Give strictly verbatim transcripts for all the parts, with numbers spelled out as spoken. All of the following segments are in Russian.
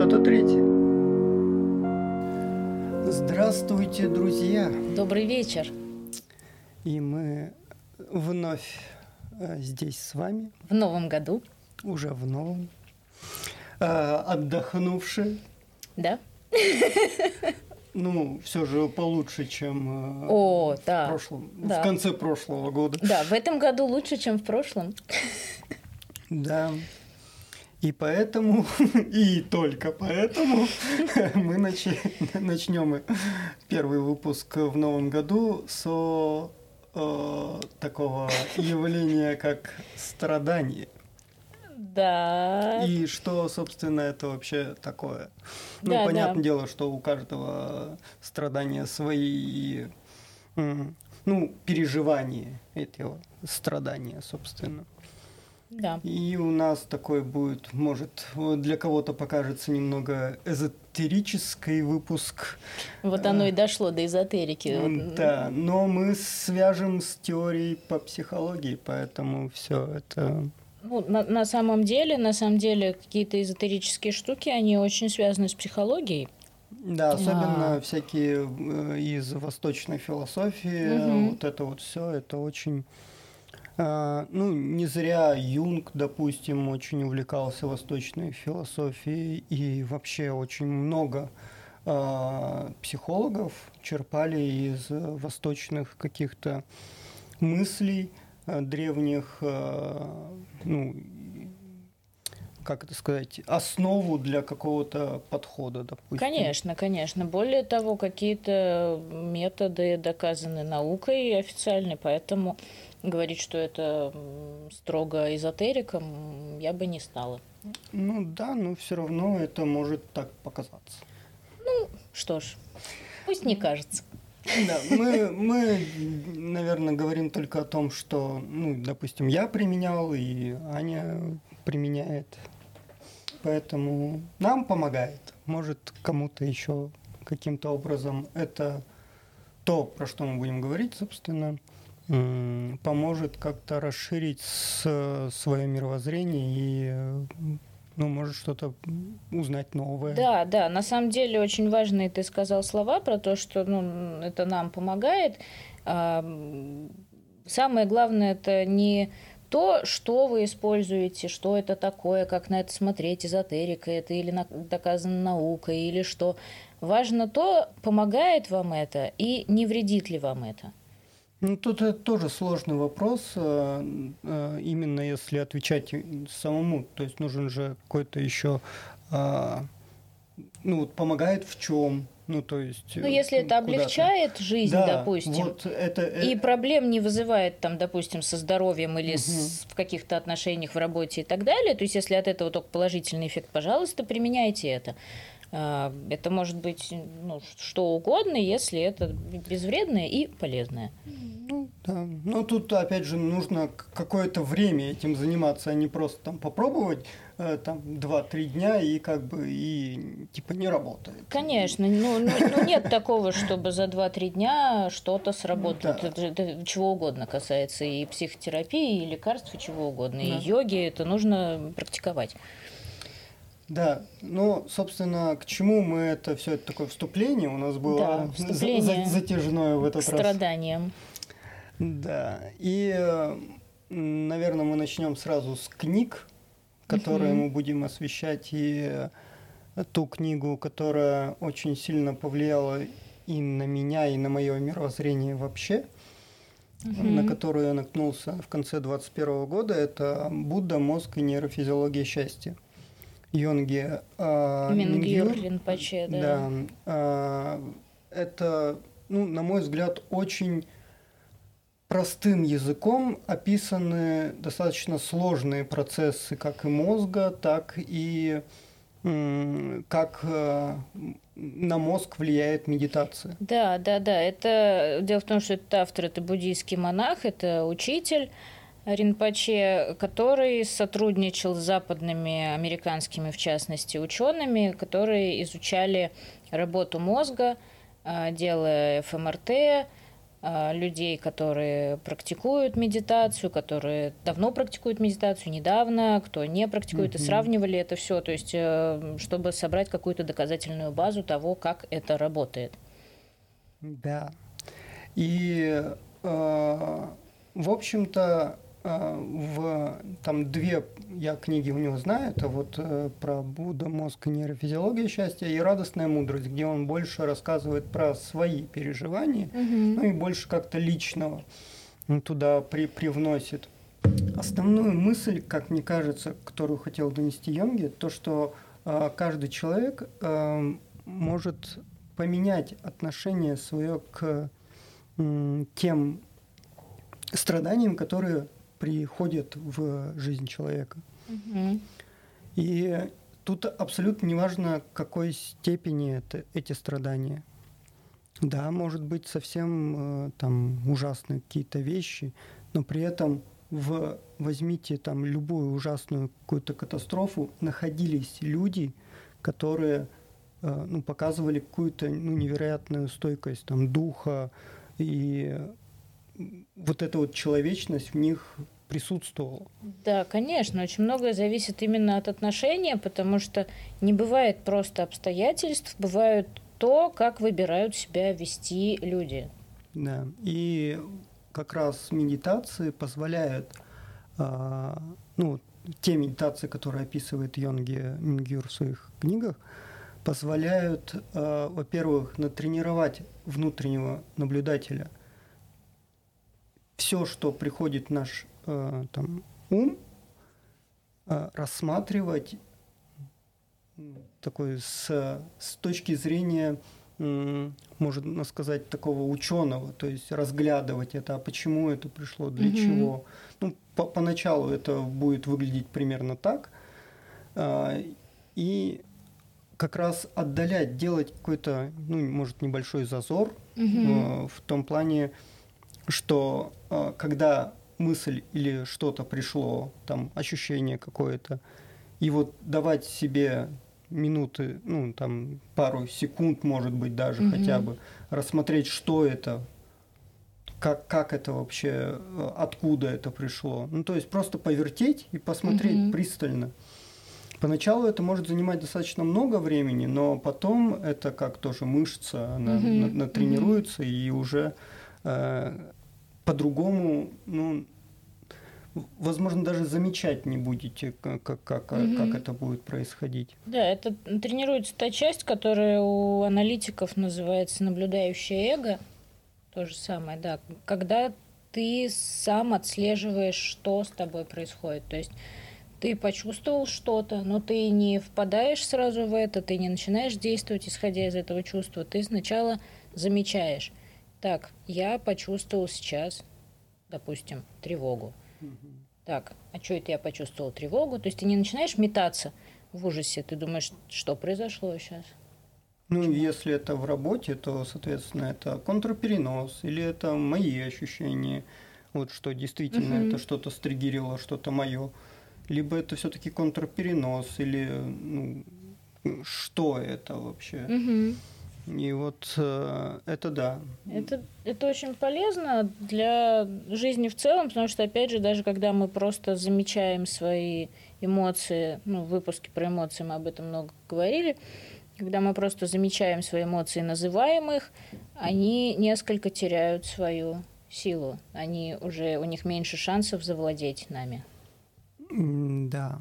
Что-то третье. Здравствуйте, друзья. Добрый вечер. И мы вновь э, здесь с вами. В новом году. Уже в новом. Э, отдохнувшие. Да. Ну, все же получше, чем э, О, в да. прошлом, Да. в конце прошлого года. Да, в этом году лучше, чем в прошлом. Да. И поэтому, и только поэтому мы начнем первый выпуск в новом году с э, такого явления, как страдание. Да. И что, собственно, это вообще такое? Ну, да, понятное да. дело, что у каждого страдания свои, ну, переживания этого страдания, собственно. Да. И у нас такой будет, может, для кого-то покажется немного эзотерический выпуск. Вот оно и дошло до эзотерики. Да, но мы свяжем с теорией по психологии, поэтому все это... Ну, на, на самом деле, на самом деле, какие-то эзотерические штуки, они очень связаны с психологией. Да, особенно А. всякие из восточной философии, Угу. вот это вот все, это очень... Ну, не зря Юнг, допустим, очень увлекался восточной философией, и вообще очень много э, психологов черпали из восточных каких-то мыслей э, древних, э, ну, как это сказать, основу для какого-то подхода, допустим. Конечно, конечно. Более того, какие-то методы доказаны наукой официальной, поэтому говорить, что это строго эзотерика, я бы не стала. Ну да, но все равно это может так показаться. Ну, что ж, пусть не кажется. Да, мы, мы, наверное, говорим только о том, что, ну, допустим, я применял, и Аня применяет. Поэтому нам помогает. Может, кому-то еще каким-то образом это то, про что мы будем говорить, собственно, поможет как-то расширить свое мировоззрение и, ну, может, что-то узнать новое. Да, да, на самом деле очень важные ты сказал слова про то, что, ну, это нам помогает. Самое главное, это не то, что вы используете, что это такое, как на это смотреть, эзотерика это или доказано наукой, или что. Важно то, помогает вам это и не вредит ли вам это. Ну, тут это тоже сложный вопрос, именно если отвечать самому. То есть нужен же какой-то еще, ну, вот помогает в чем? Ну, то есть, ну, если это облегчает куда-то. Жизнь, да, допустим, вот это, и это... проблем не вызывает, там, допустим, со здоровьем или угу. с, в каких-то отношениях в работе и так далее, то есть если от этого только положительный эффект, пожалуйста, применяйте это. Это может быть, ну, что угодно, если это безвредное и полезное. Ну, да. Но тут, опять же, нужно какое-то время этим заниматься, а не просто там попробовать там два-три дня и как бы и типа не работает. Конечно. Ну, ну, ну нет такого, чтобы за два-три дня что-то сработает. Да. Это, это чего угодно касается и психотерапии, и лекарств, и чего угодно. Да. И йоги, это нужно практиковать. Да, ну, собственно, к чему мы это все это такое вступление у нас было, да, вступление за, затяжное в этот к раз. Страданиям. Да, и, наверное, мы начнем сразу с книг, которые uh-huh. мы будем освещать, и ту книгу, которая очень сильно повлияла и на меня, и на мое мировоззрение вообще, uh-huh. на которую я наткнулся в конце двадцать первого года, это «Будда, мозг и нейрофизиология счастья». Йонге э, Мингюр Ринпоче, да. да э, это, ну, на мой взгляд, очень простым языком описаны достаточно сложные процессы как и мозга, так и м, как э, на мозг влияет медитация. Да, да, да. Это дело в том, что этот автор, это буддийский монах, это учитель Ринпоче, который сотрудничал с западными, американскими, в частности, учеными, которые изучали работу мозга, делая эф эм эр тэ, людей, которые практикуют медитацию, которые давно практикуют медитацию, недавно, кто не практикует, mm-hmm. и сравнивали это все, то есть чтобы собрать какую-то доказательную базу того, как это работает. Да. И, э, в общем-то, э, в, там две я книги у него знаю, это вот э, про Будда, мозг и нейрофизиология счастья и радостная мудрость, где он больше рассказывает про свои переживания, mm-hmm. ну и больше как-то личного он туда при, привносит. Основную мысль, как мне кажется, которую хотел донести Йонги, то, что э, каждый человек э, может поменять отношение свое к э, тем страданиям, которые приходят в жизнь человека. Mm-hmm. И тут абсолютно неважно, какой степени это, эти страдания. Да, может быть, совсем э, там ужасные какие-то вещи, но при этом в, возьмите там любую ужасную какую-то катастрофу, находились люди, которые э, ну, показывали какую-то ну, невероятную стойкость там, духа, и вот эта вот человечность в них присутствовала. Да, конечно, очень многое зависит именно от отношения, потому что не бывает просто обстоятельств, бывают то, как выбирают себя вести люди. Да, и как раз медитации позволяют, э, ну, те медитации, которые описывает Йонги Мингюр в своих книгах, позволяют, э, во-первых, натренировать внутреннего наблюдателя. Все, что приходит в наш э, там, ум, э, рассматривать такой с, с точки зрения, м, можно сказать, такого ученого, то есть разглядывать это, а почему это пришло, для mm-hmm. чего. Ну, по- поначалу это будет выглядеть примерно так, э, и как раз отдалять, делать какой-то, ну, может, небольшой зазор mm-hmm. э, в том плане, что э, когда мысль или что-то пришло, там, ощущение какое-то, и вот давать себе минуты, ну, там, пару секунд, может быть, даже mm-hmm. хотя бы, рассмотреть, что это, как, как это вообще, откуда это пришло. Ну, то есть просто повертеть и посмотреть mm-hmm. пристально. Поначалу это может занимать достаточно много времени, но потом это как тоже мышца, она mm-hmm. натренируется mm-hmm. и уже э, по-другому, ну, возможно, даже замечать не будете, как, как, как, mm-hmm. как это будет происходить. Да, это тренируется та часть, которая у аналитиков называется наблюдающее эго. То же самое, да. Когда ты сам отслеживаешь, что с тобой происходит. То есть ты почувствовал что-то, но ты не впадаешь сразу в это, ты не начинаешь действовать, исходя из этого чувства. Ты сначала замечаешь. Так, я почувствовал сейчас, допустим, тревогу. Так, а что это я почувствовал тревогу? То есть ты не начинаешь метаться в ужасе, ты думаешь, что произошло сейчас? Ну, Почему? Если это в работе, то, соответственно, это контрперенос, или это мои ощущения, вот что действительно uh-huh. это что-то стригерило, что-то мое, либо это все-таки контрперенос, или ну, что это вообще? Uh-huh. И вот э, это да. Это, это очень полезно для жизни в целом, потому что, опять же, даже когда мы просто замечаем свои эмоции, ну, в выпуске про эмоции мы об этом много говорили, когда мы просто замечаем свои эмоции, называем их, они несколько теряют свою силу. Они уже, у них меньше шансов завладеть нами. Да.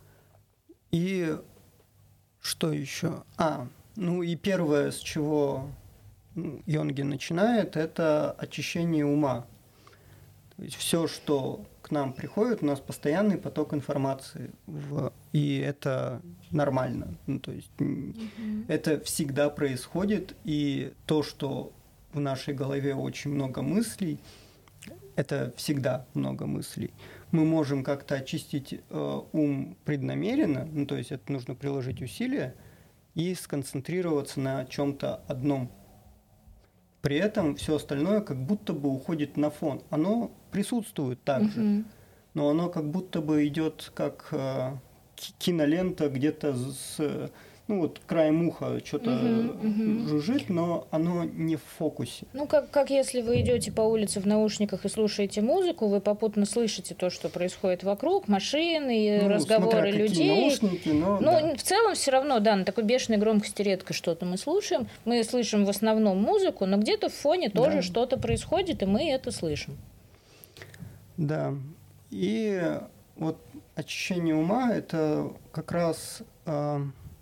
И что еще? А, ну и первое, с чего Йонги начинает, это очищение ума. То есть все, что к нам приходит, у нас постоянный поток информации, в... и это нормально. Ну, то есть mm-hmm. это всегда происходит, и то, что в нашей голове очень много мыслей, это всегда много мыслей. Мы можем как-то очистить э, ум преднамеренно, ну, то есть это нужно приложить усилия, и сконцентрироваться на чем-то одном. При этом все остальное как будто бы уходит на фон. Оно присутствует также, mm-hmm. но оно как будто бы идет как э, кинолента где-то с, ну вот краем уха что-то Мгм, мгм. жужжит, но оно не в фокусе. Ну, как, как если вы идете по улице в наушниках и слушаете музыку, вы попутно слышите то, что происходит вокруг, машины, Ну, разговоры смотря какие людей. наушники, но Ну, да. в целом все равно, да, на такой бешеной громкости редко что-то мы слушаем. Мы слышим в основном музыку, но где-то в фоне тоже Да. что-то происходит, и мы это слышим. Да. И вот очищение ума – это как раз э,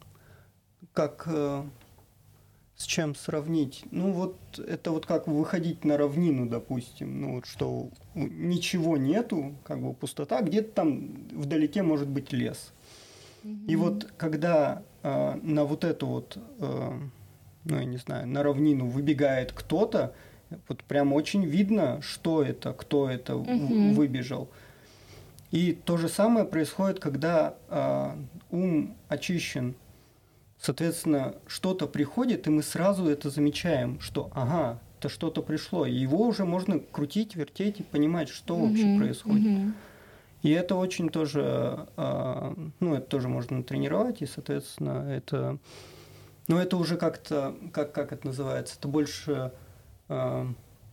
как э, с чем сравнить. Ну вот это вот как выходить на равнину, допустим, ну вот что ничего нету, как бы пустота, где-то там вдалеке может быть лес. Mm-hmm. И вот когда э, на вот эту вот, э, ну я не знаю, на равнину выбегает кто-то, вот прям очень видно, что это, кто это mm-hmm. выбежал. И то же самое происходит, когда э, ум очищен. Соответственно, что-то приходит, и мы сразу это замечаем, что ага, это что-то пришло. И его уже можно крутить, вертеть и понимать, что mm-hmm. вообще происходит. Mm-hmm. И это очень тоже, э, ну, это тоже можно тренировать, и, соответственно, это, ну, это уже как-то, как, как это называется, это больше... Э,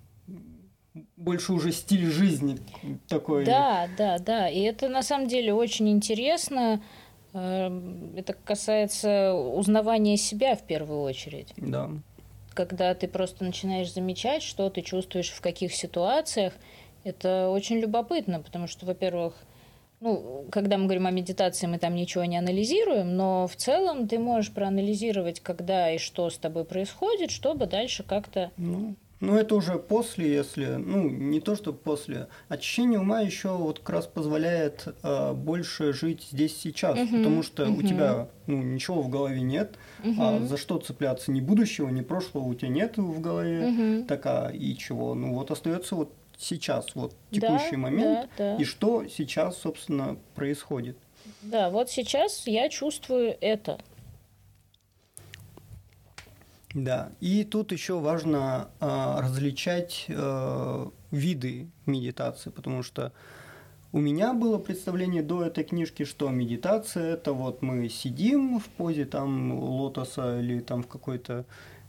больше уже стиль жизни такой. Да, да, да. И это на самом деле очень интересно. Это касается узнавания себя в первую очередь. Да. Когда ты просто начинаешь замечать, что ты чувствуешь в каких ситуациях, это очень любопытно, потому что, во-первых, ну, когда мы говорим о медитации, мы там ничего не анализируем, но в целом ты можешь проанализировать, когда и что с тобой происходит, чтобы дальше как-то... Ну... Ну, это уже после, если, ну, не то, что после. Очищение ума еще вот как раз позволяет э, больше жить здесь сейчас, uh-huh, потому что uh-huh. у тебя, ну, ничего в голове нет, uh-huh. а за что цепляться? Ни будущего, ни прошлого у тебя нет в голове, uh-huh. так а и чего? Ну, вот остается вот сейчас, вот текущий да, момент, да, да. и что сейчас, собственно, происходит. Да, вот сейчас я чувствую это. Да, и тут еще важно э, различать э, виды медитации, потому что у меня было представление до этой книжки, что медитация – это вот мы сидим в позе там лотоса или там в какой-то,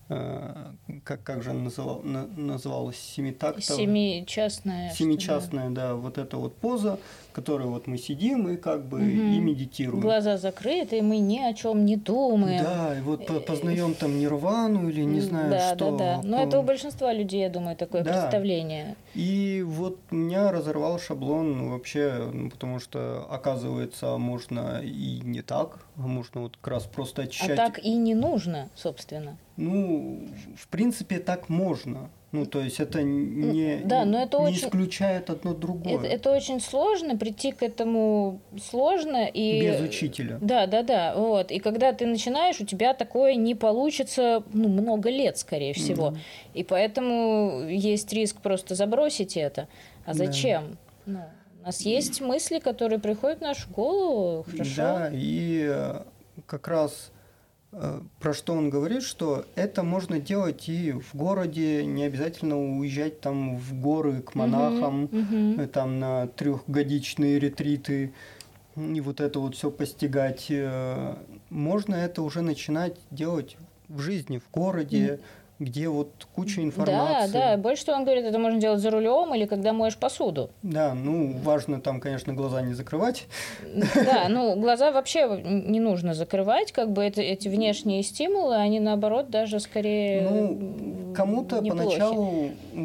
э, как, как же называл, на, называлось, семитактов? Семичастная. Семичастная, да. да, вот эта вот поза, в которой вот мы сидим и как бы угу. и медитируем. Глаза закрыты, и мы ни о чем не думаем. Да, и вот познаем там нирвану или не знаю да, что. Да, да, да. Но это у большинства людей, я думаю, такое да. представление. И вот меня разорвал шаблон вообще, ну, потому что, оказывается, можно и не так, а можно вот как раз просто очищать. А так и не нужно, собственно. Ну, в принципе, так можно. Ну, то есть это не, да, но это не очень, исключает одно другое. Это, это очень сложно, прийти к этому сложно. И... Без учителя. Да, да, да. Вот. И когда ты начинаешь, у тебя такое не получится ну, много лет, скорее всего. Mm. И поэтому есть риск просто забросить это. А зачем? Да. Ну, у нас есть мысли, которые приходят в нашу голову. Хорошо. Да, и как раз... Про что он говорит, что это можно делать и в городе, не обязательно уезжать там в горы к монахам, uh-huh, uh-huh. там на трехгодичные ретриты и вот это вот все постигать. Можно это уже начинать делать в жизни, в городе, uh-huh. где вот куча информации. Да, да, больше того, он говорит, это можно делать за рулем или когда моешь посуду. Да, ну, важно там, конечно, глаза не закрывать. Да, ну, глаза вообще не нужно закрывать, как бы это, эти внешние стимулы, они, наоборот, даже скорее Ну, кому-то неплохи. Поначалу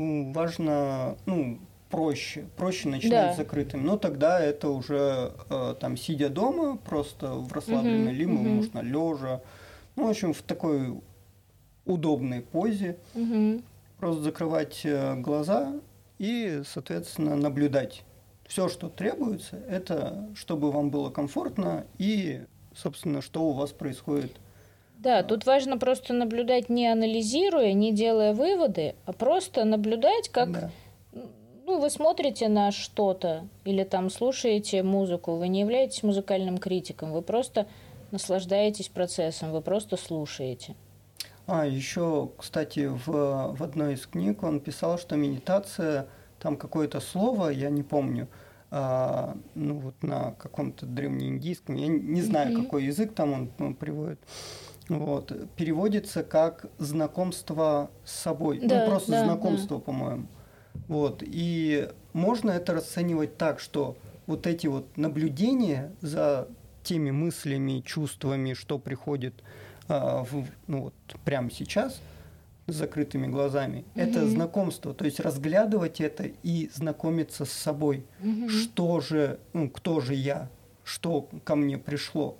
важно, ну, проще, проще начинать да. с закрытым, но тогда это уже там, сидя дома, просто в расслабленной uh-huh, лимбе, uh-huh. можно лежа, ну, в общем, в такой... удобной позе, угу. просто закрывать глаза и, соответственно, наблюдать. Все, что требуется, это чтобы вам было комфортно и, собственно, что у вас происходит. Да, тут важно просто наблюдать, не анализируя, не делая выводы, а просто наблюдать, как да. ну, вы смотрите на что-то или там слушаете музыку, вы не являетесь музыкальным критиком, вы просто наслаждаетесь процессом, вы просто слушаете. А, еще, кстати, в, в одной из книг он писал, что медитация, там какое-то слово, я не помню, а, ну вот на каком-то древнеиндийском, я не знаю, mm-hmm. какой язык там он, он приводит, вот, переводится как знакомство с собой, да, ну просто да, знакомство, да. по-моему. Вот, и можно это расценивать так, что вот эти вот наблюдения за теми мыслями, чувствами, что приходит а, в, ну вот прямо сейчас, с закрытыми глазами, mm-hmm. это знакомство, то есть разглядывать это и знакомиться с собой, mm-hmm. что же, ну, кто же я, что ко мне пришло.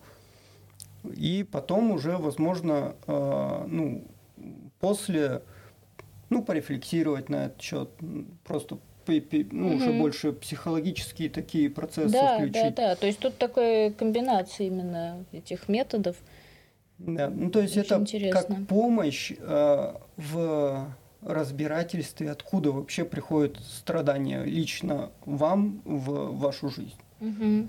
И потом уже, возможно, э, ну, после, ну, порефлексировать на этот счет, просто ну, mm-hmm. уже больше психологические такие процессы да, включить. Да, да, то есть тут такая комбинация именно этих методов. Да, ну то есть очень это интересно. Как помощь э, в разбирательстве, откуда вообще приходят страдания лично вам в вашу жизнь. Угу.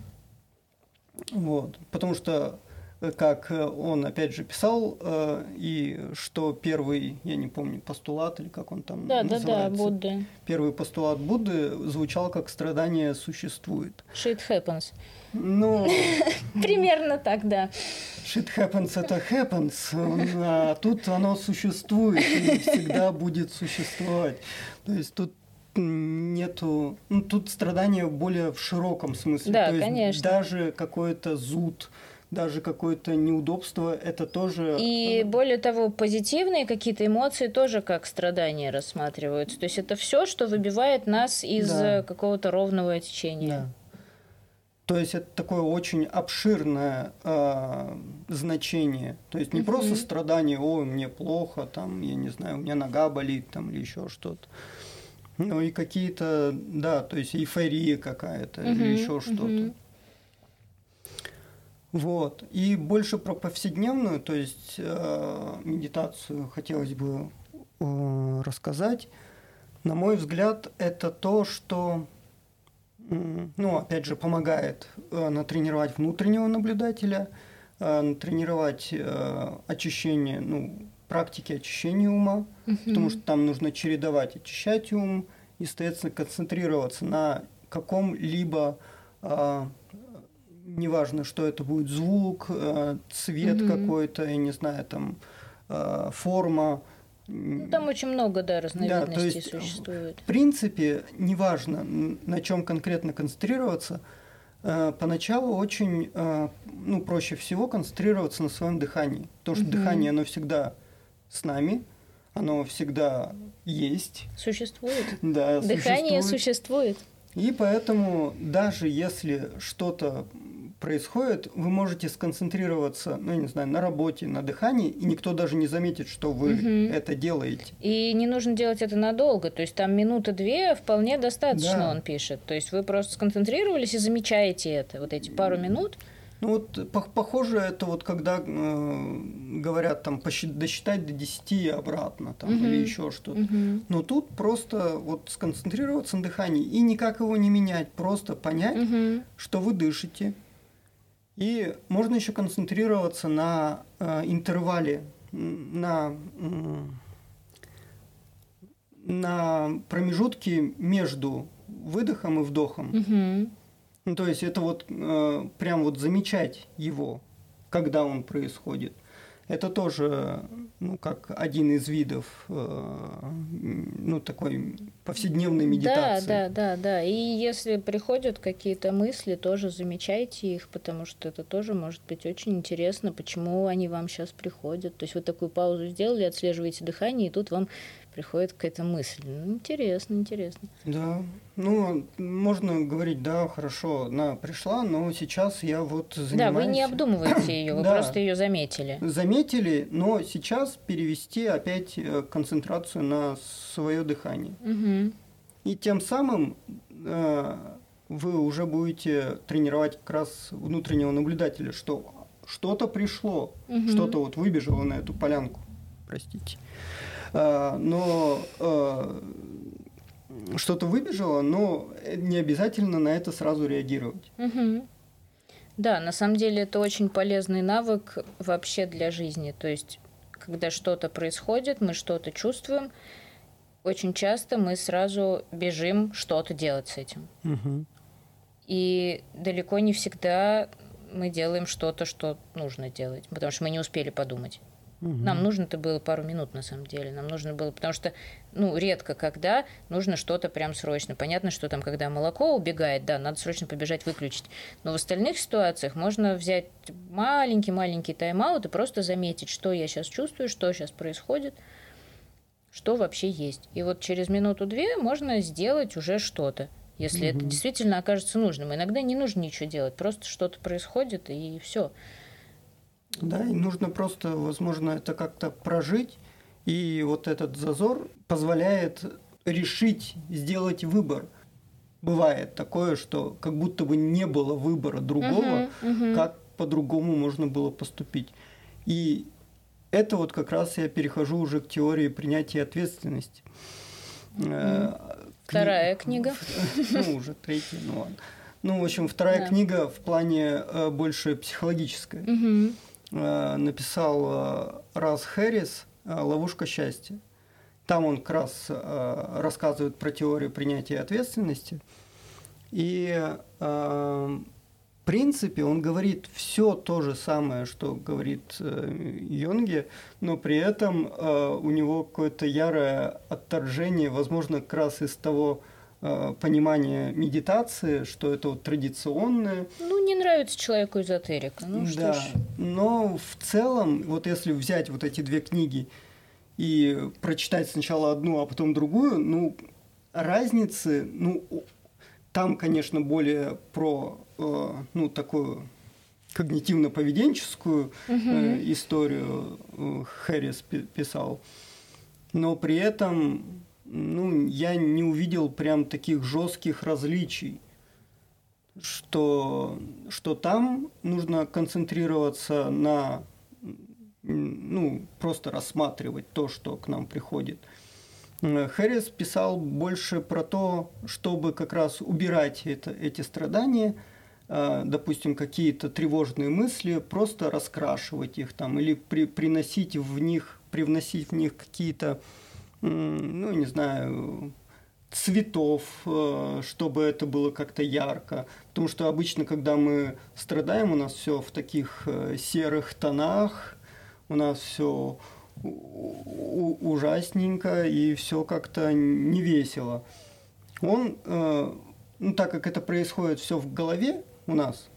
Вот, потому что, как он опять же писал, э, и что первый, я не помню, постулат или как он там да, называется. Да, да, Будды. Первый постулат Будды звучал как «страдание существует». Shit happens. Ну, примерно так, да. Shit happens, это happens, а тут оно существует и всегда будет существовать. То есть тут нету, ну тут страдания более в широком смысле. Да, То есть конечно. Даже какой-то зуд, даже какое-то неудобство, это тоже... И более того, позитивные какие-то эмоции тоже как страдания рассматриваются. То есть это все, что выбивает нас из да. какого-то ровного течения. Да. То есть это такое очень обширное э, значение. То есть не uh-huh. просто страдание, ой, мне плохо, там, я не знаю, у меня нога болит, там, или еще что-то. Ну и какие-то, да, то есть эйфория какая-то, uh-huh. или еще что-то. Uh-huh. Вот. И больше про повседневную, то есть э, медитацию хотелось бы э, рассказать. На мой взгляд, это то, что... ну, опять же, помогает э, натренировать внутреннего наблюдателя, э, натренировать э, очищение, ну, практики очищения ума, uh-huh. потому что там нужно чередовать, очищать ум и, соответственно, концентрироваться на каком-либо, э, неважно, что это будет, звук, э, цвет uh-huh. какой-то, я не знаю, там, э, форма. Ну, там очень много, да, разновидностей да, то есть, существует. В принципе, неважно, на чем конкретно концентрироваться, э, поначалу очень, э, ну, проще всего концентрироваться на своем дыхании. Потому что угу. дыхание, оно всегда с нами, оно всегда есть. Существует. Да, дыхание существует. существует. И поэтому даже если что-то происходит, вы можете сконцентрироваться, ну, я не знаю, на работе, на дыхании, и никто даже не заметит, что вы угу. это делаете. И не нужно делать это надолго, то есть там минуты-две вполне достаточно, да. он пишет. То есть вы просто сконцентрировались и замечаете это, вот эти пару минут. Ну вот похоже это вот когда э, говорят там досчитать до десяти и обратно там, угу. или еще что-то. Угу. Но тут просто вот сконцентрироваться на дыхании и никак его не менять, просто понять, угу. что вы дышите. И можно еще концентрироваться на э, интервале, на, э, на промежутке между выдохом и вдохом. Угу. Ну, то есть это вот э, прям вот замечать его, когда он происходит. Это тоже, ну, как один из видов, э, ну, такой повседневной медитации. Да, да, да, да. И если приходят какие-то мысли, тоже замечайте их, потому что это тоже может быть очень интересно, почему они вам сейчас приходят. То есть вы такую паузу сделали, отслеживаете дыхание, и тут вам приходит какая-то мысль. Ну, интересно, интересно. Да. Ну, можно говорить, да, хорошо, она пришла, но сейчас я вот занимаюсь... Да, вы не обдумываете ее, вы да, просто ее заметили. Заметили, но сейчас перевести опять концентрацию на свое дыхание. Угу. И тем самым э, вы уже будете тренировать как раз внутреннего наблюдателя, что что-то пришло, угу. что-то вот выбежало на эту полянку, простите. Э, но... Э, что-то выбежало, но не обязательно на это сразу реагировать. Угу. Да, на самом деле это очень полезный навык вообще для жизни. То есть, когда что-то происходит, мы что-то чувствуем, очень часто мы сразу бежим что-то делать с этим. Угу. И далеко не всегда мы делаем что-то, что нужно делать, потому что мы не успели подумать. Угу. Нам нужно-то было пару минут, на самом деле. Нам нужно было, потому что, ну, редко когда нужно что-то прям срочно. Понятно, что там, когда молоко убегает, да, надо срочно побежать выключить. Но в остальных ситуациях можно взять маленький-маленький тайм-аут и просто заметить, что я сейчас чувствую, что сейчас происходит, что вообще есть. И вот через минуту-две можно сделать уже что-то, если угу. это действительно окажется нужным. Иногда не нужно ничего делать, просто что-то происходит, и все. Да, и нужно просто, возможно, это как-то прожить, и вот этот зазор позволяет решить, сделать выбор. Бывает такое, что как будто бы не было выбора другого, uh-huh, uh-huh. как по-другому можно было поступить. И это вот как раз я перехожу уже к теории принятия ответственности. Uh-huh. Вторая книга. Ну, уже третья, ну ладно. Ну, в общем, вторая да. книга в плане э, больше психологическая. Угу. Э, написал э, Расс Хэррис «Ловушка счастья». Там он как раз э, рассказывает про теорию принятия ответственности. И, э, в принципе, он говорит все то же самое, что говорит э, Юнге, но при этом э, у него какое-то ярое отторжение, возможно, как раз из того э, понимания медитации, что это вот традиционное. Ну, не нравится человеку эзотерика. Ну, да, что ж. Но в целом, вот если взять вот эти две книги и прочитать сначала одну, а потом другую, ну, разницы, ну, там, конечно, более про, э, ну, такую когнитивно-поведенческую э, uh-huh. историю э, Хэррис писал, но при этом, ну, я не увидел прям таких жестких различий, что, что там нужно концентрироваться на, ну, просто рассматривать то, что к нам приходит. Хэррис писал больше про то, чтобы как раз убирать это, эти страдания, допустим, какие-то тревожные мысли, просто раскрашивать их там, или при, приносить в них, привносить в них какие-то, ну, не знаю, цветов, чтобы это было как-то ярко. Потому что обычно, когда мы страдаем, у нас все в таких серых тонах, у нас все ужасненько и все как-то не весело. Он, э, ну, так как это происходит все в голове у нас,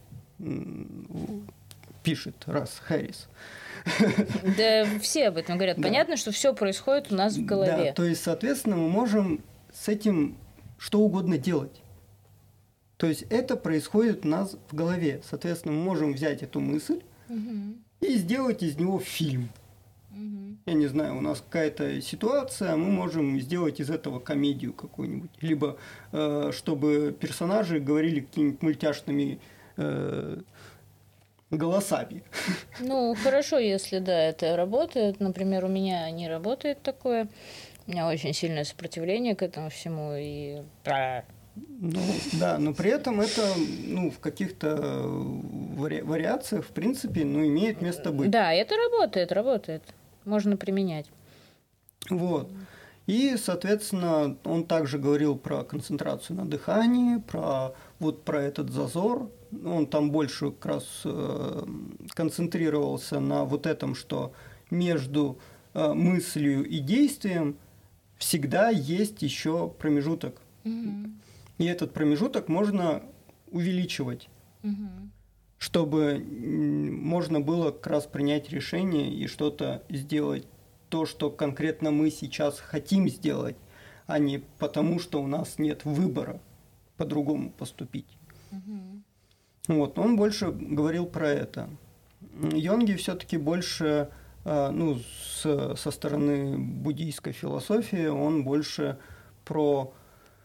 пишет Расс Хэррис. Да, все об этом говорят. Да. Понятно, что все происходит у нас в голове. Да, то есть, соответственно, мы можем с этим что угодно делать. То есть это происходит у нас в голове. Соответственно, мы можем взять эту мысль угу. и сделать из него фильм. Угу. Я не знаю, у нас какая-то ситуация, мы можем сделать из этого комедию какую-нибудь. Либо э, чтобы персонажи говорили какими-нибудь мультяшными э, голосами. Ну, хорошо, если, да, это работает. Например, у меня не работает такое. У меня очень сильное сопротивление к этому всему. И... Ну, да, но при этом это, ну, в каких-то вари- вариациях, в принципе, ну, имеет место быть. Да, это работает, работает. Можно применять. Вот. И, соответственно, он также говорил про концентрацию на дыхании, про вот про этот зазор. Он там больше как раз э, концентрировался на вот этом, что между э, мыслью и действием всегда есть еще промежуток. Угу. И этот промежуток можно увеличивать, угу. чтобы можно было как раз принять решение и что-то сделать, то, что конкретно мы сейчас хотим сделать, а не потому, что у нас нет выбора по-другому поступить. Угу. Вот, он больше говорил про это. Юнги все-таки больше, ну, с, со стороны буддийской философии, он больше про...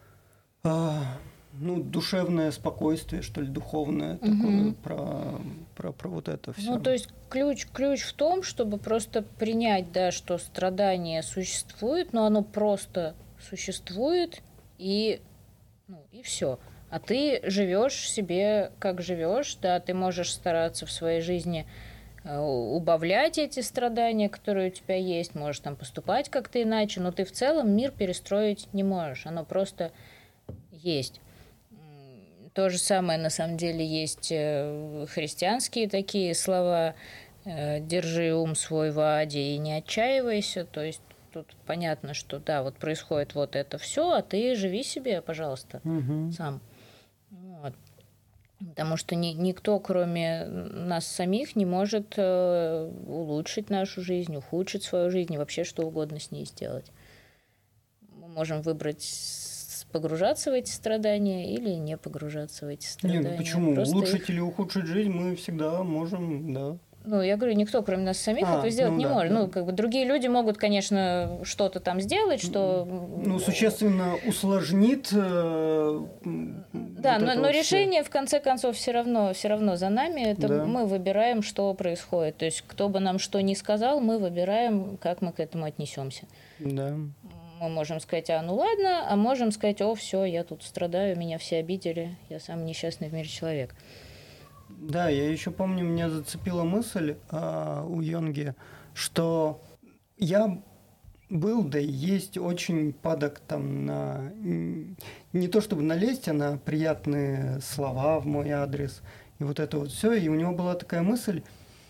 ну, душевное спокойствие, что ли, духовное, угу. такое, про, про, про вот это все. Ну, то есть ключ, ключ в том, чтобы просто принять, да, что страдание существует, но оно просто существует, и, ну, и все. А ты живешь себе, как живешь, да, ты можешь стараться в своей жизни убавлять эти страдания, которые у тебя есть, можешь там поступать как-то иначе, но ты в целом мир перестроить не можешь, оно просто есть. То же самое, на самом деле, есть христианские такие слова: «Держи ум свой в аде и не отчаивайся». То есть тут понятно, что да, вот происходит вот это все, а ты живи себе, пожалуйста, угу. сам. Вот. Потому что ни, никто, кроме нас самих, не может э, улучшить нашу жизнь, ухудшить свою жизнь и вообще что угодно с ней сделать. Мы можем выбрать погружаться в эти страдания или не погружаться в эти страдания. Нет, ну почему? Просто улучшить их... или ухудшить жизнь мы всегда можем, да. Ну, я говорю, никто, кроме нас самих, а, этого сделать ну, не да, может. Да. Ну, как бы другие люди могут, конечно, что-то там сделать, что... Ну, существенно усложнит... Э, да, вот но, но решение, в конце концов, все равно, все равно за нами. Это да. Мы выбираем, что происходит. То есть, кто бы нам что ни сказал, мы выбираем, как мы к этому отнесемся. Да. Мы можем сказать: а ну ладно, а можем сказать: о, все, я тут страдаю, меня все обидели, я самый несчастный в мире человек. Да, я еще помню, меня зацепила мысль а, у Йонги, что я был, да и есть очень падок там на... Не то чтобы налезть, а на приятные слова в мой адрес. И вот это вот все. И у него была такая мысль,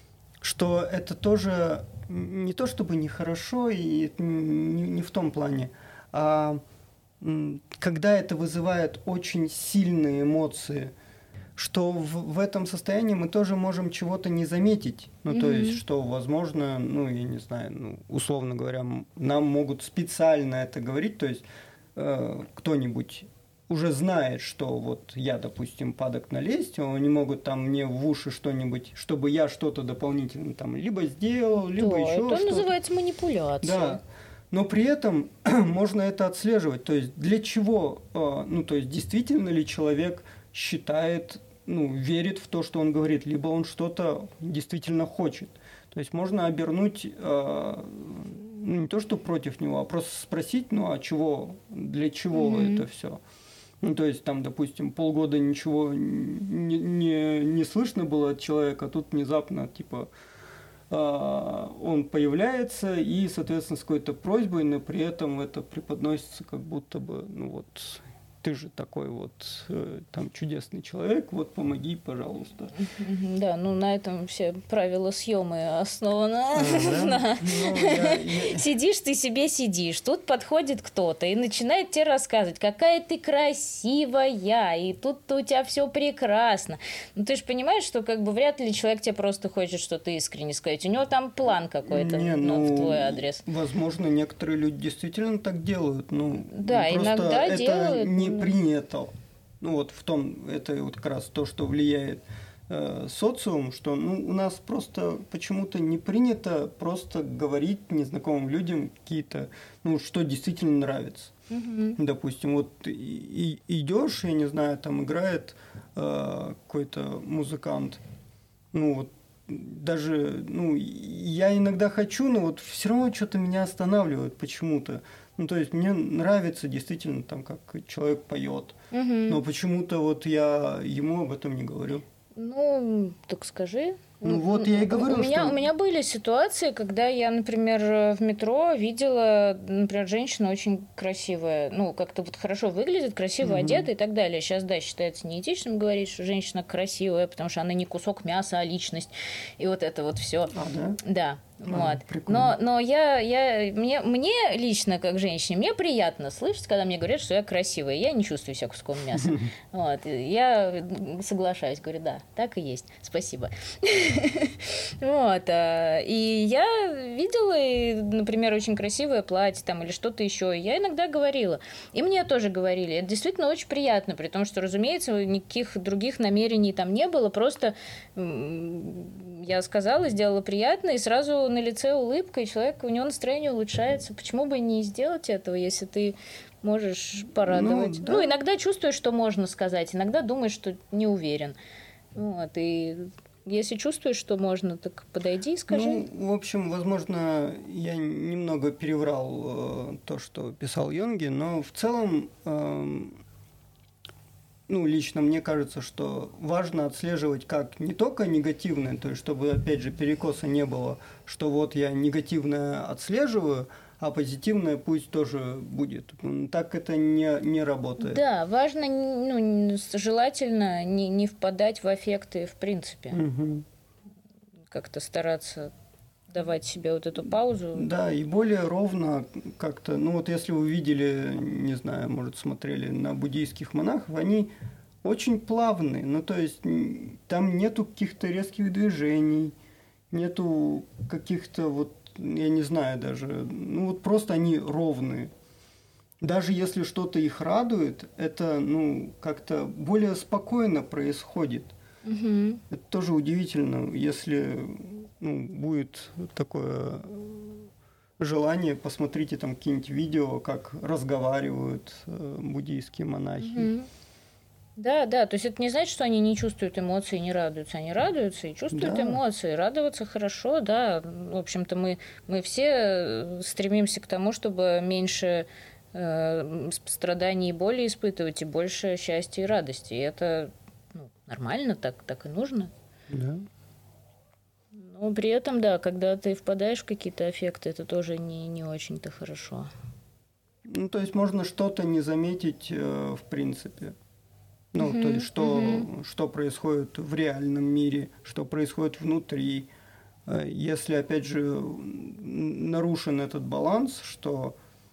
что это тоже не то чтобы нехорошо, и не, не в том плане, а когда это вызывает очень сильные эмоции, что в, в этом состоянии мы тоже можем чего-то не заметить. Ну, mm-hmm. то есть, что, возможно, ну, я не знаю, ну, условно говоря, нам могут специально это говорить, то есть э, кто-нибудь уже знает, что вот я, допустим, падок на лесть, они могут там мне в уши что-нибудь, чтобы я что-то дополнительно там либо сделал, либо да, еще это что-то. Это называется манипуляция. Да. Но при этом можно это отслеживать. То есть для чего, э, ну, то есть действительно ли человек считает, ну, верит в то, что он говорит, либо он что-то действительно хочет. То есть можно обернуть, э, ну, не то, что против него, а просто спросить, ну, а чего, для чего mm-hmm. это все. Ну, то есть там, допустим, полгода ничего не, не, не слышно было от человека, а тут внезапно, типа, э, он появляется и, соответственно, с какой-то просьбой, но при этом это преподносится как будто бы, ну, вот... ты же такой вот э, там чудесный человек, вот помоги, пожалуйста. Да, ну на этом все правила съема основаны. Сидишь ты себе, сидишь, тут подходит кто-то и начинает тебе рассказывать, какая ты красивая, и тут у тебя все прекрасно. Ну ты же понимаешь, что как бы вряд ли человек тебе просто хочет что-то искренне сказать. У него там план какой-то в твой адрес. Возможно, некоторые люди действительно так делают. Ну, да, иногда делают. Не принято. Ну вот в том, это вот как раз то, что влияет э, социум, что ну, у нас просто почему-то не принято просто говорить незнакомым людям какие-то, ну, что действительно нравится. Mm-hmm. Допустим, вот и, и идешь, я не знаю, там играет э, какой-то музыкант, ну вот даже, ну, я иногда хочу, но вот все равно что-то меня останавливает почему-то. Ну, то есть мне нравится действительно там, как человек поет, угу. но почему-то вот я ему об этом не говорю. Ну, так скажи. Ну вот я и говорю, у меня, что... У меня были ситуации, когда я, например, в метро видела, например, женщина очень красивая, ну, как-то вот хорошо выглядит, красиво mm-hmm. одета и так далее. Сейчас, да, считается неэтичным говорить, что женщина красивая, потому что она не кусок мяса, а личность. И вот это вот все. А, да? Да. А, вот. Но, но я, я, мне, мне лично, как женщине, мне приятно слышать, когда мне говорят, что я красивая. Я не чувствую себя куском мяса. Вот. Я соглашаюсь, говорю, да, так и есть. Спасибо. Вот. И я видела, например, очень красивое платье там, или что-то еще. Я иногда говорила. И мне тоже говорили. Это действительно очень приятно, при том, что, разумеется, никаких других намерений там не было. Просто я сказала, сделала приятно, и сразу на лице улыбка, и человек, у него настроение улучшается. Почему бы не сделать этого, если ты можешь порадовать? Ну, да. Ну, иногда чувствуешь, что можно сказать, иногда думаешь, что не уверен. Вот, и если чувствуешь, что можно, так подойди и скажи. Ну, в общем, возможно, я немного переврал э, то, что писал Йонги, но в целом... Э, Ну, лично мне кажется, что важно отслеживать как не только негативное, то есть чтобы, опять же, перекоса не было, что вот я негативное отслеживаю, а позитивное пусть тоже будет. Так это не, не работает. Да, важно, ну, желательно не, не впадать в аффекты в принципе. Угу. Как-то стараться давать себе вот эту паузу. Да, и более ровно как-то, ну вот если вы видели, не знаю, может, смотрели на буддийских монахов, они очень плавные, ну то есть там нету каких-то резких движений, нету каких-то вот, я не знаю даже, ну вот просто они ровные. Даже если что-то их радует, это, ну, как-то более спокойно происходит. Угу. Это тоже удивительно, если, ну, будет такое желание, посмотрите там какие-нибудь видео, как разговаривают э, буддийские монахи. Угу. Да, да, то есть это не значит, что они не чувствуют эмоций, не радуются. Они радуются и чувствуют Да. эмоции. Радоваться хорошо, да. В общем-то, мы, мы все стремимся к тому, чтобы меньше э, страданий и боли испытывать, и больше счастья и радости. И это, ну, нормально, так, так и нужно. Да. Но при этом, да, когда ты впадаешь в какие-то аффекты, это тоже не, не очень-то хорошо. Ну, то есть можно что-то не заметить э, в принципе. Ну, Uh-huh, то есть, что, uh-huh. что происходит в реальном мире, что происходит внутри. Если, опять же, нарушен этот баланс, что,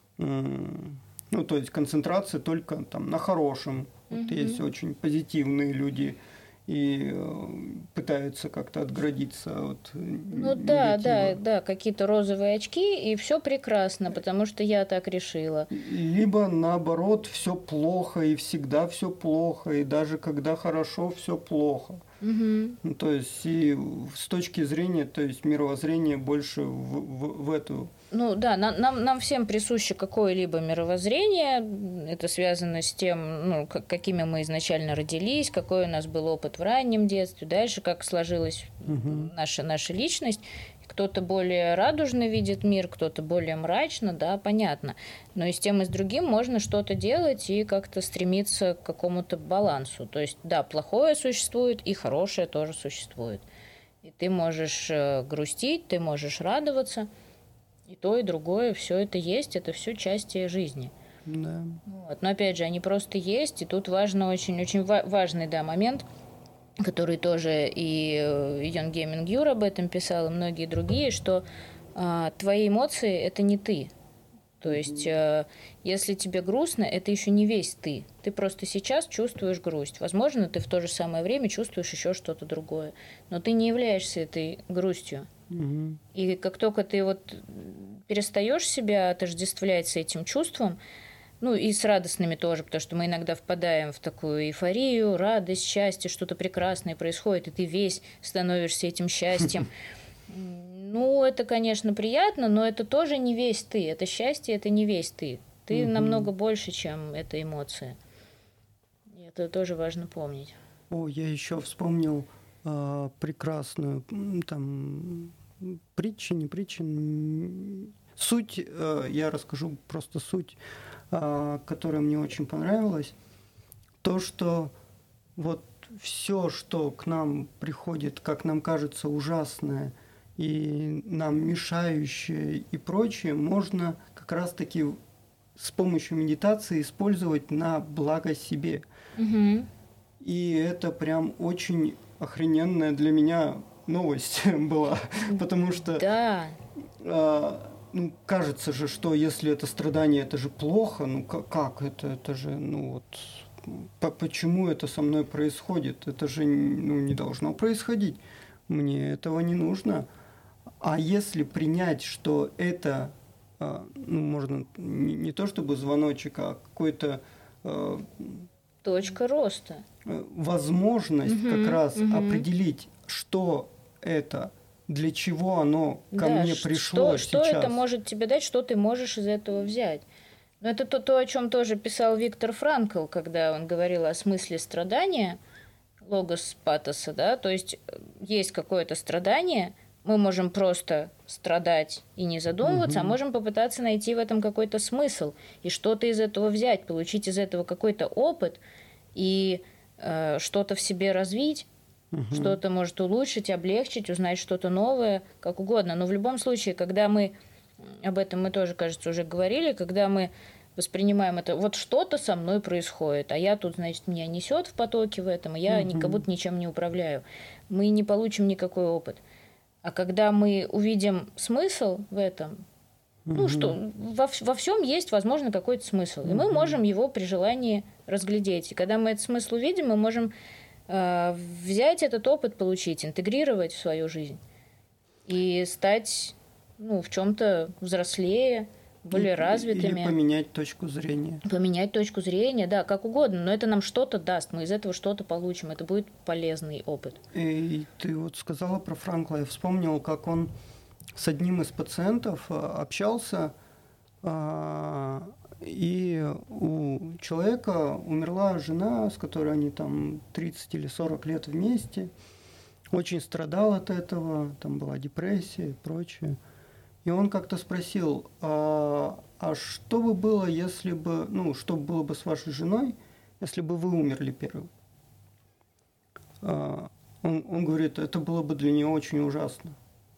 ну, то есть, концентрация только там на хорошем. Uh-huh. Вот есть очень позитивные люди и пытаются как-то отгородиться от Ну да, да, да, какие-то розовые очки, и все прекрасно, потому что я так решила. Либо наоборот, все плохо, и всегда все плохо, и даже когда хорошо, все плохо. Угу. Ну, то есть, и с точки зрения, то есть мировоззрение больше в, в, в эту. Ну да, нам, нам, нам всем присуще какое-либо мировоззрение. Это связано с тем, ну, как, какими мы изначально родились, какой у нас был опыт в раннем детстве, дальше как сложилась угу. наша, наша личность. Кто-то более радужно видит мир, кто-то более мрачно, да, понятно. Но и с тем, и с другим можно что-то делать и как-то стремиться к какому-то балансу. То есть, да, плохое существует, и хорошее тоже существует. И ты можешь грустить, ты можешь радоваться. И то, и другое, все это есть, это все части жизни. Да. Вот. Но опять же, они просто есть, и тут важно очень, очень важный, да, момент, который тоже и Йон Ге Мингюр об этом писал, и многие другие, что а, твои эмоции – это не ты. То есть, а, если тебе грустно, это еще не весь ты. Ты просто сейчас чувствуешь грусть. Возможно, ты в то же самое время чувствуешь еще что-то другое. Но ты не являешься этой грустью. Угу. И как только ты вот перестаешь себя отождествлять с этим чувством, ну и с радостными тоже, потому что мы иногда впадаем в такую эйфорию, радость, счастье, что-то прекрасное происходит, и ты весь становишься этим счастьем. Ну, это, конечно, приятно, но это тоже не весь ты. Это счастье, это не весь ты. Ты угу. намного больше, чем эта эмоция. И это тоже важно помнить. О, я еще вспомнил э, прекрасную там притчу, не притчу. Суть, э, я расскажу просто суть, э, которая мне очень понравилась. То, что вот все, что к нам приходит, как нам кажется, ужасное и нам мешающее и прочее, можно как раз-таки с помощью медитации использовать на благо себе. Угу. И это прям очень охрененная для меня новость была, потому что да. э, ну, кажется же, что если это страдание, это же плохо, ну как, как это, это же, ну вот, по почему это со мной происходит? Это же ну, не должно происходить, мне этого не нужно. А если принять, что это, э, ну, можно не, не то чтобы звоночек, а какой-то... Э, точка роста. Возможность угу, как раз угу. определить, что это, для чего оно ко да, мне пришло что, сейчас. Что это может тебе дать, что ты можешь из этого взять. Но это то, то, о чем тоже писал Виктор Франкл, когда он говорил о смысле страдания, логос патоса, да, то есть есть какое-то страдание, мы можем просто страдать и не задумываться, угу. а можем попытаться найти в этом какой-то смысл и что-то из этого взять, получить из этого какой-то опыт и э, что-то в себе развить, угу. что-то может улучшить, облегчить, узнать что-то новое, как угодно. Но в любом случае, когда мы об этом мы тоже, кажется, уже говорили, когда мы воспринимаем это, вот что-то со мной происходит, а я тут, значит, меня несет в потоке в этом, и я Мгм. как будто ничем не управляю. Мы не получим никакой опыт. А когда мы увидим смысл в этом, ну Мгм. что, во, вс- во всем есть, возможно, какой-то смысл. И мы Мгм. можем его при желании разглядеть. И когда мы этот смысл увидим, мы можем э, взять этот опыт, получить, интегрировать в свою жизнь и стать ну, в чем-то взрослее, более И- развитыми. Или поменять точку зрения. Поменять точку зрения, да, как угодно, но это нам что-то даст, мы из этого что-то получим, это будет полезный опыт. И ты вот сказала про Франкла, я вспомнил, как он с одним из пациентов а, общался, а, и у человека умерла жена, с которой они там тридцать или сорок лет вместе, очень страдал от этого, там была депрессия и прочее. И он как-то спросил, а, а что бы было, если бы, ну, что было бы с вашей женой, если бы вы умерли первым? А, Он, он говорит, это было бы для нее очень ужасно.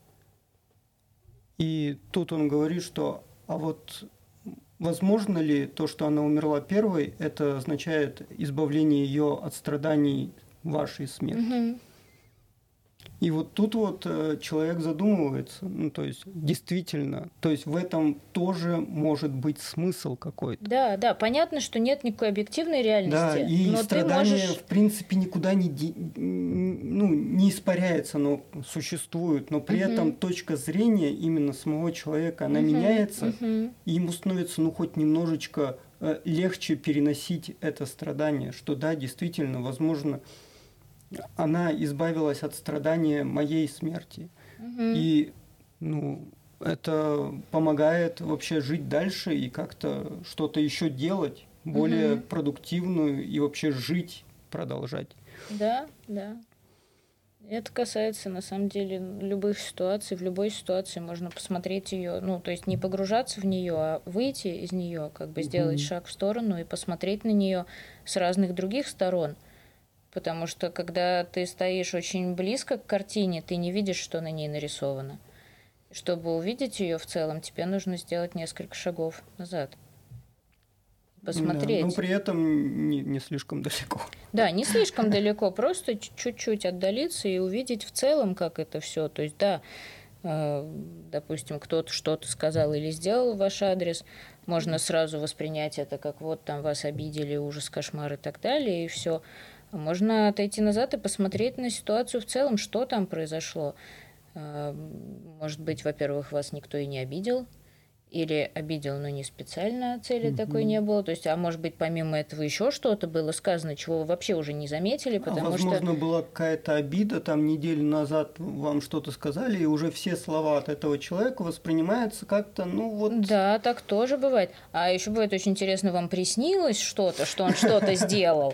И тут он говорит, что, а вот возможно ли то, что она умерла первой, это означает избавление ее от страданий вашей смерти? Мгм. И вот тут вот э, человек задумывается, ну то есть действительно, то есть в этом тоже может быть смысл какой-то. Да, да, понятно, что нет никакой объективной реальности, Да, и но ты страдание, можешь... в принципе, никуда не, де- ну, не испаряется, но существует. Но при Мгм. этом точка зрения именно самого человека, она Мгм, меняется, мгм. и ему становится, ну, хоть немножечко э, легче переносить это страдание, что да, действительно, возможно, она избавилась от страдания моей смерти. Мгм. И, ну, это помогает вообще жить дальше и как-то что-то еще делать, более Мгм. продуктивную и вообще жить, продолжать. Да, да. Это касается, на самом деле, любых ситуаций. В любой ситуации можно посмотреть ее, ну, то есть не погружаться в нее, а выйти из нее, как бы сделать Мгм. шаг в сторону и посмотреть на нее с разных других сторон. Потому что, когда ты стоишь очень близко к картине, ты не видишь, что на ней нарисовано. Чтобы увидеть ее в целом, тебе нужно сделать несколько шагов назад. Да, Посмотреть. но при этом не, не слишком далеко. Да, не слишком далеко, просто чуть-чуть отдалиться и увидеть в целом, как это все. То есть, да, э, допустим, кто-то что-то сказал или сделал в ваш адрес, можно сразу воспринять это как вот там вас обидели, ужас, кошмар и так далее, и все. Можно отойти назад и посмотреть на ситуацию в целом, что там произошло. Э, Может быть, во-первых, вас никто и не обидел, или обидел, но не специально, цели Мгм. такой не было. То есть, а может быть, помимо этого еще что-то было сказано, чего вы вообще уже не заметили, А потому возможно, что... была какая-то обида, там неделю назад вам что-то сказали, и уже все слова от этого человека воспринимаются как-то, ну вот... Да, так тоже бывает. А еще бывает очень интересно, вам приснилось что-то, что он что-то сделал.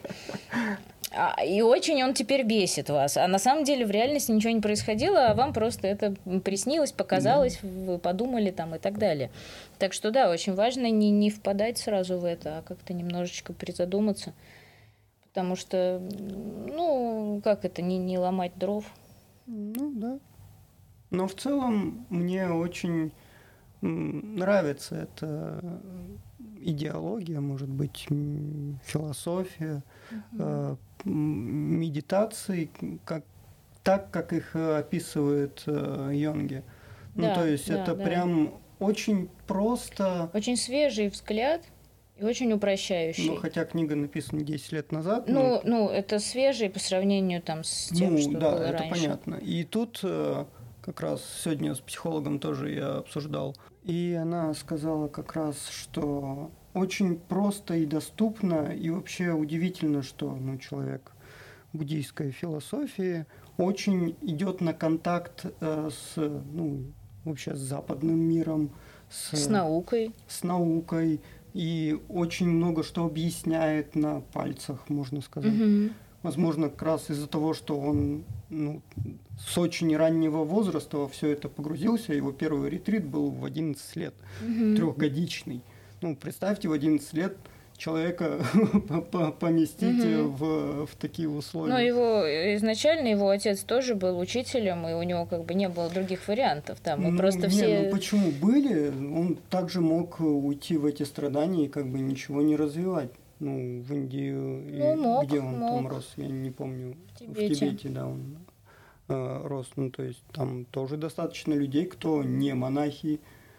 А, и очень он теперь бесит вас. А на самом деле в реальности ничего не происходило, а вам просто это приснилось, показалось, вы подумали там и так далее. Так что да, очень важно не, не впадать сразу в это, а как-то немножечко призадуматься. Потому что, ну, как это, не, не ломать дров. Ну да. Но в целом мне очень м, нравится эта идеология, может быть, м, философия, э, м, медитации, как, так, как их э, описывает э, Йонге. Ну, Да, то есть да, это да. прям очень просто. Очень свежий взгляд и очень упрощающий. Ну, хотя книга написана десять лет назад. Ну, ну, это свежий по сравнению там с тем, ну, что да, было это раньше. понятно. И тут э, как раз сегодня с психологом тоже я обсуждал. И она сказала как раз, что очень просто и доступно, и вообще удивительно, что ну, человек буддийской философии очень идет на контакт э, с, ну, вообще с западным миром, с, С наукой. с наукой, и очень много что объясняет на пальцах, можно сказать. Мгм. Возможно, как раз из-за того, что он ну, с очень раннего возраста во все это погрузился. Его первый ретрит был в одиннадцать лет, Мгм. трехгодичный. Ну, представьте, в одиннадцать лет человека поместить угу. в, в такие условия. Но его изначально его отец тоже был учителем, и у него как бы не было других вариантов. Да, мы ну, просто не, все... ну почему были? Он также мог уйти в эти страдания и как бы ничего не развивать. Ну, в Индию, ну, мог, где он мог. там рос, я не помню. В Тибете. В Тибете, да, он э, рос. Ну, то есть там тоже достаточно людей, кто не монахи.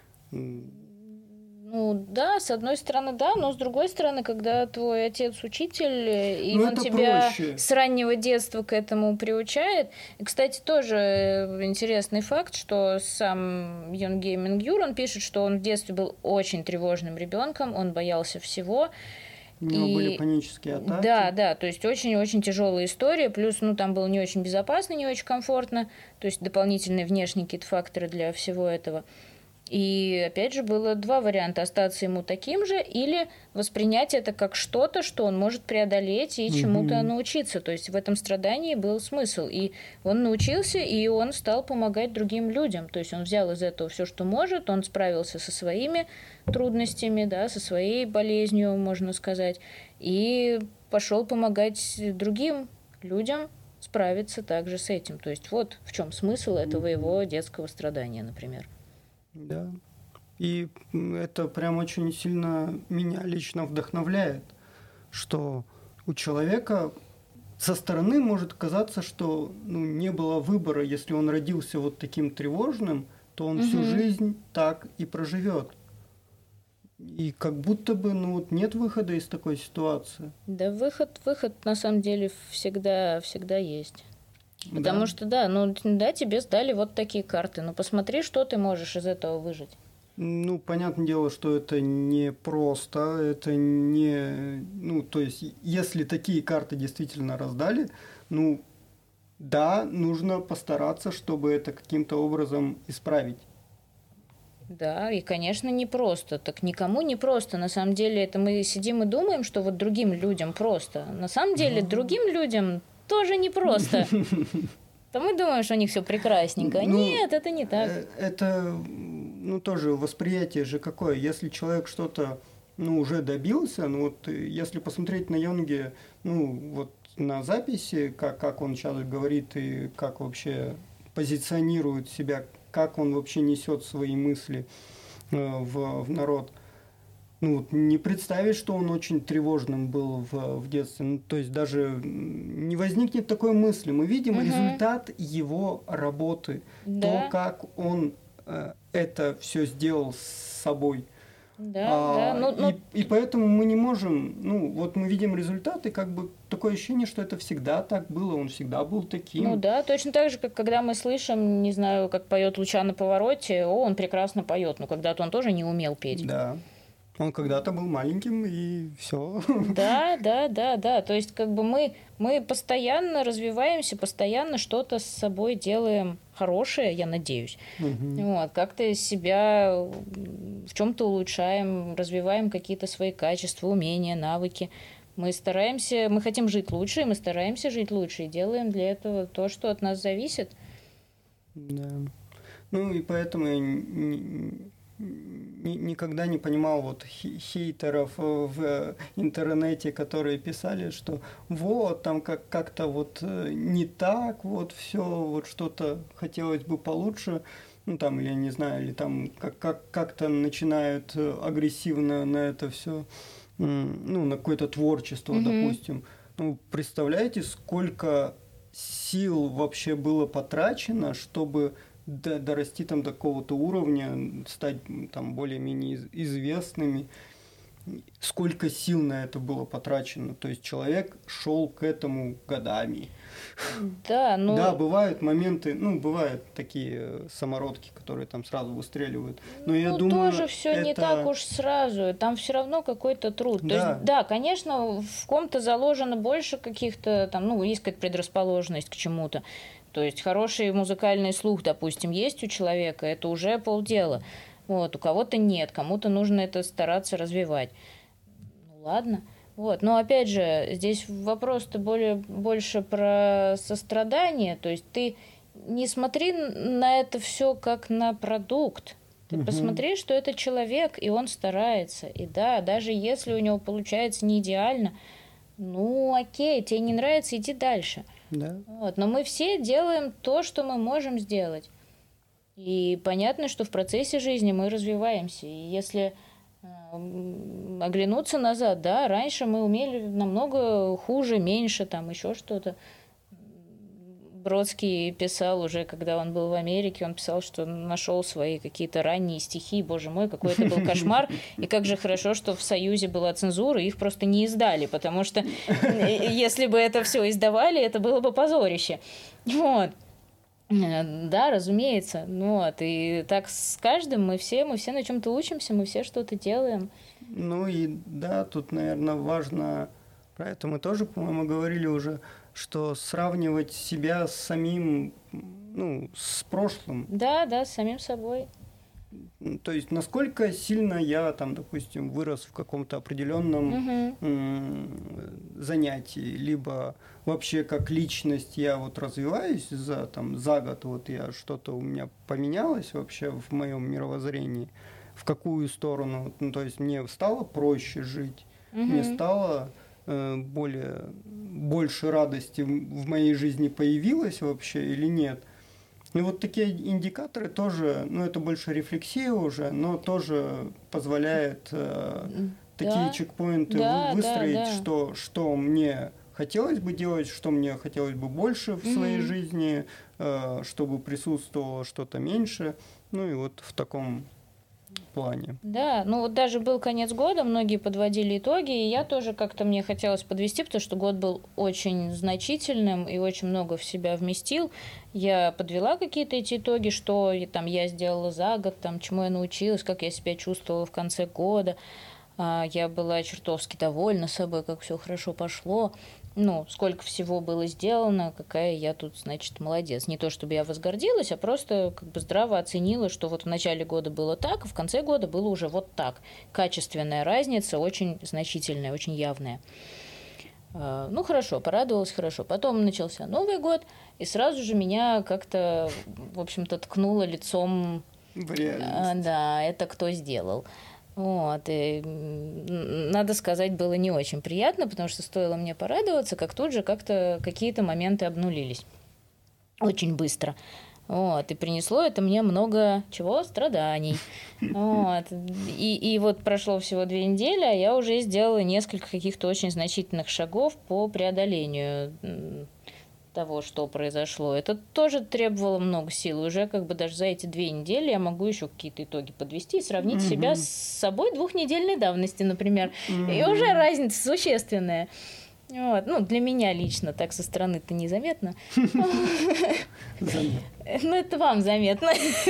Ну да, с одной стороны, да, но с другой стороны, когда твой отец учитель, и ну, он тебя проще. С раннего детства к этому приучает. И, кстати, тоже интересный факт, что сам Йонгей Мингюр, он пишет, что он в детстве был очень тревожным ребенком, он боялся всего. У него и... были панические атаки. Да, да, то есть очень-очень тяжелая история, плюс, ну, там было не очень безопасно, не очень комфортно, то есть дополнительные внешние какие-то факторы для всего этого. И, опять же, было два варианта: остаться ему таким же или воспринять это как что-то, что он может преодолеть и чему-то mm-hmm. научиться. То есть в этом страдании был смысл. И он научился, и он стал помогать другим людям. То есть он взял из этого все, что может, он справился со своими трудностями, да, со своей болезнью, можно сказать, и пошел помогать другим людям справиться также с этим. То есть вот в чем смысл этого mm-hmm. его детского страдания, например. Да. И это прям очень сильно меня лично вдохновляет, что у человека со стороны может казаться, что ну, не было выбора. Если он родился вот таким тревожным, то он угу. всю жизнь так и проживет. И как будто бы ну, вот нет выхода из такой ситуации. Да, выход, выход на самом деле всегда, всегда есть. Потому да. что, да, ну, да, тебе сдали вот такие карты. Ну, посмотри, что ты можешь из этого выжить. Ну, понятное дело, что это не просто, это не... Ну, то есть, если такие карты действительно раздали, ну, да, нужно постараться, чтобы это каким-то образом исправить. Да, и, конечно, не просто. Так никому не просто. На самом деле, это мы сидим и думаем, что вот другим людям просто. На самом деле, mm-hmm. другим людям... тоже непросто. То мы думаем, что у них все прекрасненько. Ну, нет, это не так. Это, ну, тоже восприятие же какое. Если человек что-то, ну, уже добился, ну, вот, если посмотреть на Йонге, ну, вот, на записи, как, как он сейчас говорит и как вообще позиционирует себя, как он вообще несет свои мысли э, в, в народ, ну, не представить, что он очень тревожным был в, в детстве. Ну, то есть даже не возникнет такой мысли. Мы видим угу. результат его работы. Да. То, как он э, это все сделал с собой. Да, а, да. Ну, и, ну... и поэтому мы не можем... Ну, вот мы видим результат, и как бы такое ощущение, что это всегда так было, он всегда был таким. Ну да, точно так же, как когда мы слышим, не знаю, как поет Луча на повороте, о, он прекрасно поет, но когда-то он тоже не умел петь. Да. Он когда-то был маленьким, и все. Да, да, да, да. То есть, как бы мы, мы постоянно развиваемся, постоянно что-то с собой делаем хорошее, я надеюсь. Угу. Вот, как-то себя в чем-то улучшаем, развиваем какие-то свои качества, умения, навыки. Мы стараемся, мы хотим жить лучше, и мы стараемся жить лучше, и делаем для этого то, что от нас зависит. Да. Ну и поэтому я никогда не понимал вот хейтеров в интернете, которые писали, что вот там как- как-то вот не так, вот все, вот что-то хотелось бы получше, ну там, или я не знаю, или там как- как- как-то начинают агрессивно на это все, ну, на какое-то творчество, mm-hmm. допустим. Ну, представляете, сколько сил вообще было потрачено, чтобы дорасти там до какого-то уровня, стать там более-менее известными, сколько сил на это было потрачено. То есть человек шел к этому годами. Да, ну... Да, бывают моменты, ну, бывают такие самородки, которые там сразу выстреливают. Но ну, я думаю, тоже все это... не так уж сразу. Там все равно какой-то труд. Да. То есть, да, конечно, в ком-то заложено больше каких-то там, ну, есть какая-то предрасположенность к чему-то. То есть хороший музыкальный слух, допустим, есть у человека, это уже полдела. Вот, у кого-то нет, кому-то нужно это стараться развивать. Ну ладно. Вот. Но опять же, здесь вопрос-то более, больше про сострадание. То есть ты не смотри на это все как на продукт. Ты Мгм. посмотри, что это человек, и он старается. И да, даже если у него получается не идеально, ну окей, тебе не нравится, иди дальше. Да. Вот. Но мы все делаем то, что мы можем сделать. И понятно, что в процессе жизни мы развиваемся. И если э, м, оглянуться назад, да, раньше мы умели намного хуже, меньше, там еще что-то. Бродский писал уже, когда он был в Америке, он писал, что нашел свои какие-то ранние стихи. Боже мой, какой это был кошмар. И как же хорошо, что в Союзе была цензура, их просто не издали, потому что э, если бы это все издавали, это было бы позорище. Вот. Э, Да, разумеется. Ну вот. И так с каждым мы все, мы все на чем-то учимся, мы все что-то делаем. Ну и да, тут, наверное, важно, про это мы тоже, по-моему, говорили уже, что сравнивать себя с самим, ну, с прошлым. Да, да, с самим собой. М, То есть, насколько сильно я, там, допустим, вырос в каком-то определенном Мгм. м, занятии, либо вообще как личность я вот развиваюсь за, там, за год, вот я что-то у меня поменялось вообще в моем мировоззрении, в какую сторону, ну, то есть мне стало проще жить, мне Мгм. стало э, более, больше радости в в моей жизни появилось вообще или нет. И вот такие индикаторы тоже, ну это больше рефлексия уже, но тоже позволяет э, такие Да, чекпоинты да, вы- да, выстроить, да. что, что мне хотелось бы делать, что мне хотелось бы больше в своей Мгм. жизни, э, чтобы присутствовало что-то меньше. Ну и вот в таком плане. Да, ну вот даже был конец года, многие подводили итоги, и я тоже как-то мне хотелось подвести, потому что год был очень значительным и очень много в себя вместил. Я подвела какие-то эти итоги, что и там я сделала за год, там, чему я научилась, как я себя чувствовала в конце года. А, Я была чертовски довольна собой, как все хорошо пошло. Ну, сколько всего было сделано, какая я тут, значит, молодец. Не то, чтобы я возгордилась, а просто как бы здраво оценила, что вот в начале года было так, а в конце года было уже вот так. Качественная разница, очень значительная, очень явная. А, Ну, хорошо, порадовалась, хорошо. Потом начался Новый год, и сразу же меня как-то, в общем-то, ткнуло лицом В а, реальность. да, это кто сделал. Вот, и м, надо сказать, было не очень приятно, потому что стоило мне порадоваться, как тут же как-то какие-то моменты обнулились. Очень быстро. Вот, и принесло это мне много чего? Страданий. Вот. И, и вот прошло всего две недели, а я уже сделала несколько каких-то очень значительных шагов по преодолению м, того, что произошло. Это тоже требовало много сил. И уже как бы даже за эти две недели я могу еще какие-то итоги подвести и сравнить себя Мгм. с собой двухнедельной давности, например. И Мгм. уже разница существенная. Вот. Ну, для меня лично, так со стороны-то незаметно. Заметно. Ну, это вам заметно.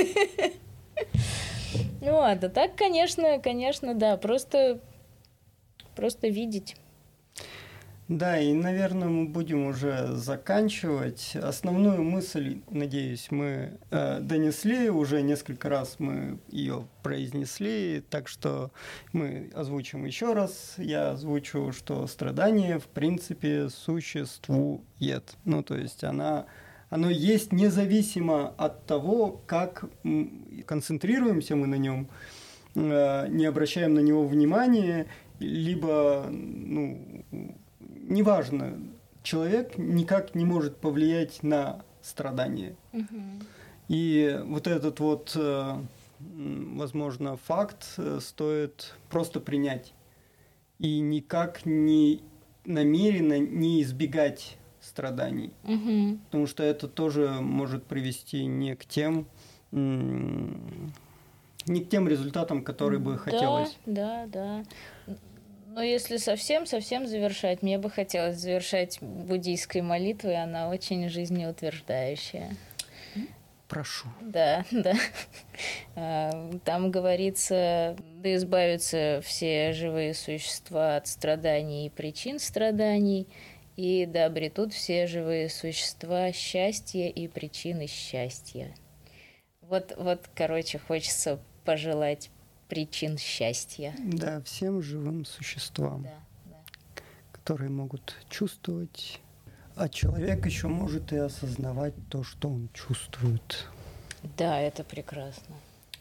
Вот. А так, конечно, конечно, да. Просто, просто видеть. Да, и, наверное, мы будем уже заканчивать. Основную мысль, надеюсь, мы э, донесли, уже несколько раз мы ее произнесли, так что мы озвучим еще раз. Я озвучу, что страдание, в принципе, существует. Ну, то есть она, оно есть независимо от того, как м, концентрируемся мы на нем, э, не обращаем на него внимания, либо, ну, неважно, человек никак не может повлиять на страдания. Мгм. И вот этот вот, э, м, возможно, факт э, стоит просто принять. И никак не намеренно не избегать страданий. Мгм. Потому что это тоже может привести не к тем, м, не к тем результатам, которые бы хотелось. Да, да, да. Но если совсем-совсем завершать, мне бы хотелось завершать буддийской молитвой, она очень жизнеутверждающая. Прошу. Да, да. А, Там говорится, да избавятся все живые существа от страданий и причин страданий, и да обретут все живые существа счастье и причины счастья. Вот, вот, короче, хочется пожелать причин счастья. Да, всем живым существам, Да, да. которые могут чувствовать, а человек еще может и осознавать то, что он чувствует. Да, это прекрасно.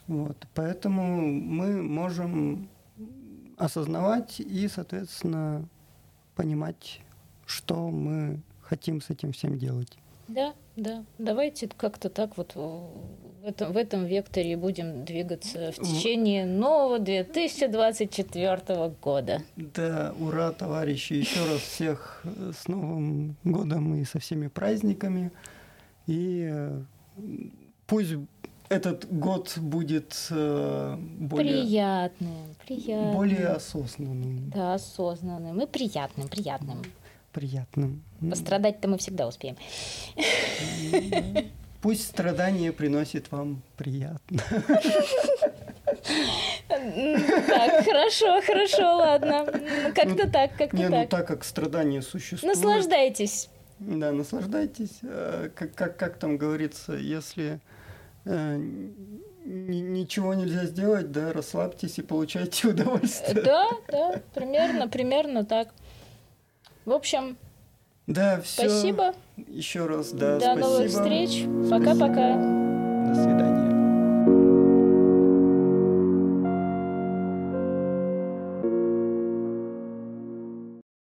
Вот, поэтому мы можем осознавать и, соответственно, понимать, что мы хотим с этим всем делать. Да, да. Давайте как-то так вот в этом, в этом векторе будем двигаться в течение нового две тысячи двадцать четвёртого года. Да, ура, товарищи! Еще раз всех с Новым годом и со всеми праздниками. И пусть этот год будет более... Приятным, приятным. Более осознанным. Да, осознанным и приятным, приятным. Приятным. Пострадать-то мы всегда успеем. Пусть страдания приносит вам приятно. Так, хорошо, хорошо, ладно. Как-то так, как-то не, так. Ну так как страдания существуют. Наслаждайтесь. Да, наслаждайтесь. Как, как, как там говорится, если э, ничего нельзя сделать, да, расслабьтесь и получайте удовольствие. Да, да, примерно, примерно так. В общем, да, все. Спасибо. Еще раз, да, До спасибо. новых встреч. Пока-пока. До свидания.